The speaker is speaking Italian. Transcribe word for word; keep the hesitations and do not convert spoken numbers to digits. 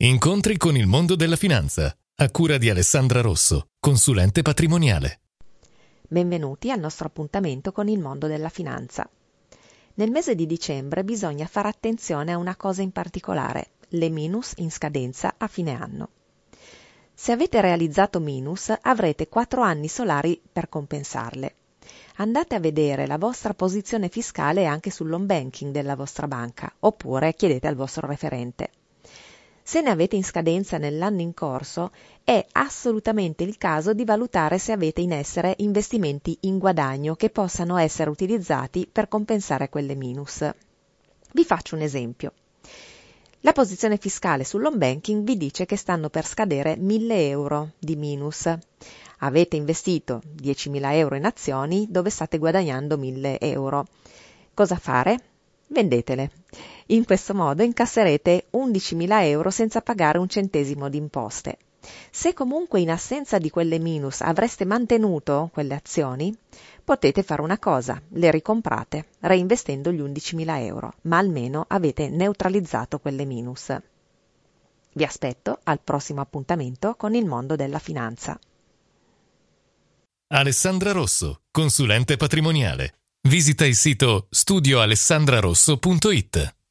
Incontri con il mondo della finanza, a cura di Alessandra Rosso, consulente patrimoniale. Benvenuti al nostro appuntamento con il mondo della finanza. Nel mese di dicembre bisogna fare attenzione a una cosa in particolare, le minus in scadenza a fine anno. Se avete realizzato minus, avrete quattro anni solari per compensarle. Andate a vedere la vostra posizione fiscale anche sull'home banking della vostra banca, oppure chiedete al vostro referente. Se ne avete in scadenza nell'anno in corso, è assolutamente il caso di valutare se avete in essere investimenti in guadagno che possano essere utilizzati per compensare quelle minus. Vi faccio un esempio. La posizione fiscale sull'home banking vi dice che stanno per scadere mille euro di minus. Avete investito diecimila euro in azioni dove state guadagnando mille euro. Cosa fare? Vendetele. In questo modo incasserete undicimila euro senza pagare un centesimo di imposte. Se comunque in assenza di quelle minus avreste mantenuto quelle azioni, potete fare una cosa, le ricomprate, reinvestendo gli undicimila euro, ma almeno avete neutralizzato quelle minus. Vi aspetto al prossimo appuntamento con il mondo della finanza. Alessandra Rosso, consulente patrimoniale. Visita il sito studio alessandra rosso punto it.